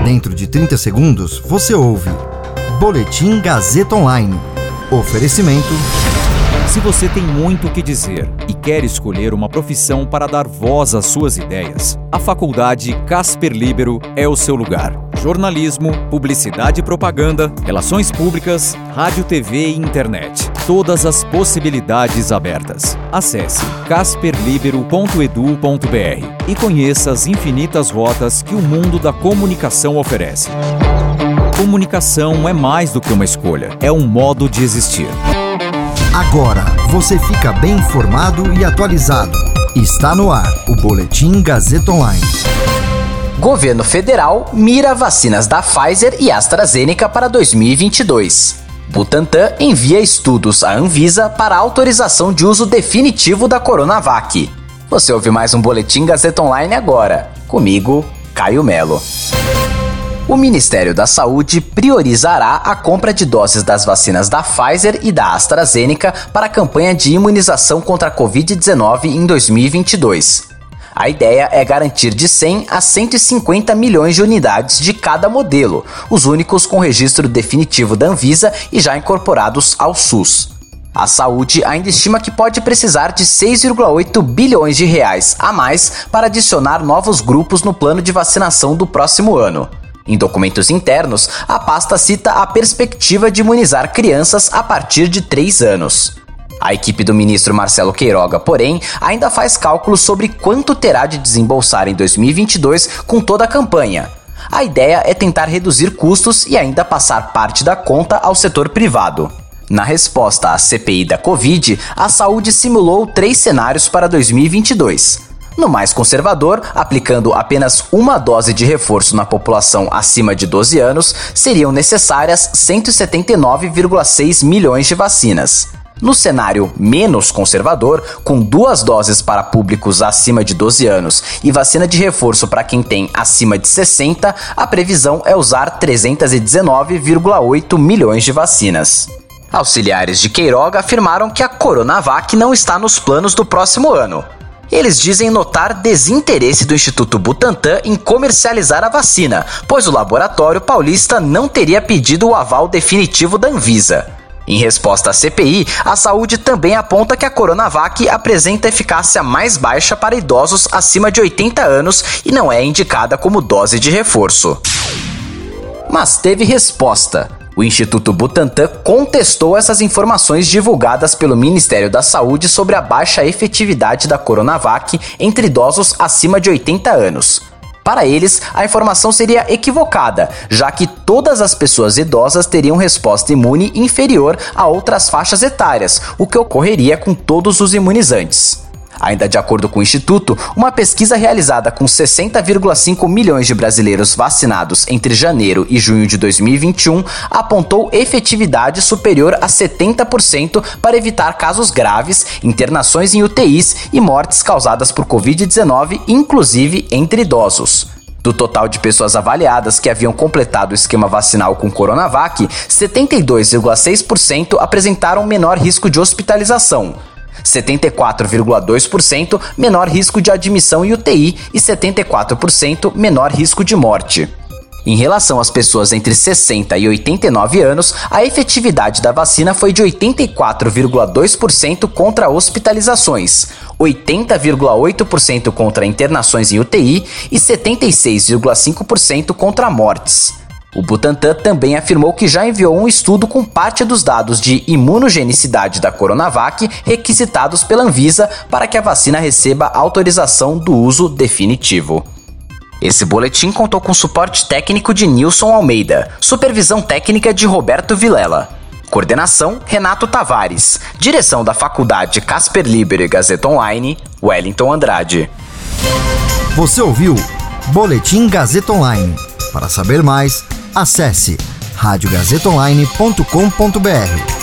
Dentro de 30 segundos, você ouve Boletim Gazeta Online. Oferecimento. Se você tem muito o que dizer e quer escolher uma profissão para dar voz às suas ideias, a Faculdade Casper Líbero é o seu lugar. Jornalismo, publicidade e propaganda, relações públicas, rádio, TV e internet. Todas as possibilidades abertas. Acesse casperlibero.edu.br e conheça as infinitas rotas que o mundo da comunicação oferece. Comunicação é mais do que uma escolha, é um modo de existir. Agora você fica bem informado e atualizado. Está no ar o Boletim Gazeta Online. Governo Federal mira vacinas da Pfizer e AstraZeneca para 2022. Butantan envia estudos à Anvisa para autorização de uso definitivo da Coronavac. Você ouve mais um Boletim Gazeta Online agora. Comigo, Caio Melo. O Ministério da Saúde priorizará a compra de doses das vacinas da Pfizer e da AstraZeneca para a campanha de imunização contra a Covid-19 em 2022. A ideia é garantir de 100 a 150 milhões de unidades de cada modelo, os únicos com registro definitivo da Anvisa e já incorporados ao SUS. A saúde ainda estima que pode precisar de 6,8 bilhões de reais a mais para adicionar novos grupos no plano de vacinação do próximo ano. Em documentos internos, a pasta cita a perspectiva de imunizar crianças a partir de 3 anos. A equipe do ministro Marcelo Queiroga, porém, ainda faz cálculos sobre quanto terá de desembolsar em 2022 com toda a campanha. A ideia é tentar reduzir custos e ainda passar parte da conta ao setor privado. Na resposta à CPI da Covid, a saúde simulou 3 cenários para 2022. No mais conservador, aplicando apenas uma dose de reforço na população acima de 12 anos, seriam necessárias 179,6 milhões de vacinas. No cenário menos conservador, com 2 doses para públicos acima de 12 anos e vacina de reforço para quem tem acima de 60, a previsão é usar 319,8 milhões de vacinas. Auxiliares de Queiroga afirmaram que a Coronavac não está nos planos do próximo ano. Eles dizem notar desinteresse do Instituto Butantan em comercializar a vacina, pois o laboratório paulista não teria pedido o aval definitivo da Anvisa. Em resposta à CPI, a saúde também aponta que a Coronavac apresenta eficácia mais baixa para idosos acima de 80 anos e não é indicada como dose de reforço. Mas teve resposta. O Instituto Butantan contestou essas informações divulgadas pelo Ministério da Saúde sobre a baixa efetividade da Coronavac entre idosos acima de 80 anos. Para eles, a informação seria equivocada, já que todas as pessoas idosas teriam resposta imune inferior a outras faixas etárias, o que ocorreria com todos os imunizantes. Ainda de acordo com o Instituto, uma pesquisa realizada com 60,5 milhões de brasileiros vacinados entre janeiro e junho de 2021 apontou efetividade superior a 70% para evitar casos graves, internações em UTIs e mortes causadas por Covid-19, inclusive entre idosos. Do total de pessoas avaliadas que haviam completado o esquema vacinal com Coronavac, 72,6% apresentaram menor risco de hospitalização. 74,2% menor risco de admissão em UTI e 74% menor risco de morte. Em relação às pessoas entre 60 e 89 anos, a efetividade da vacina foi de 84,2% contra hospitalizações, 80,8% contra internações em UTI e 76,5% contra mortes. O Butantan também afirmou que já enviou um estudo com parte dos dados de imunogenicidade da Coronavac requisitados pela Anvisa para que a vacina receba autorização do uso definitivo. Esse boletim contou com suporte técnico de Nilson Almeida, supervisão técnica de Roberto Vilela. Coordenação, Renato Tavares. Direção da Faculdade Casper Líbero e Gazeta Online, Wellington Andrade. Você ouviu Boletim Gazeta Online. Para saber mais, acesse radiogazetaonline.com.br.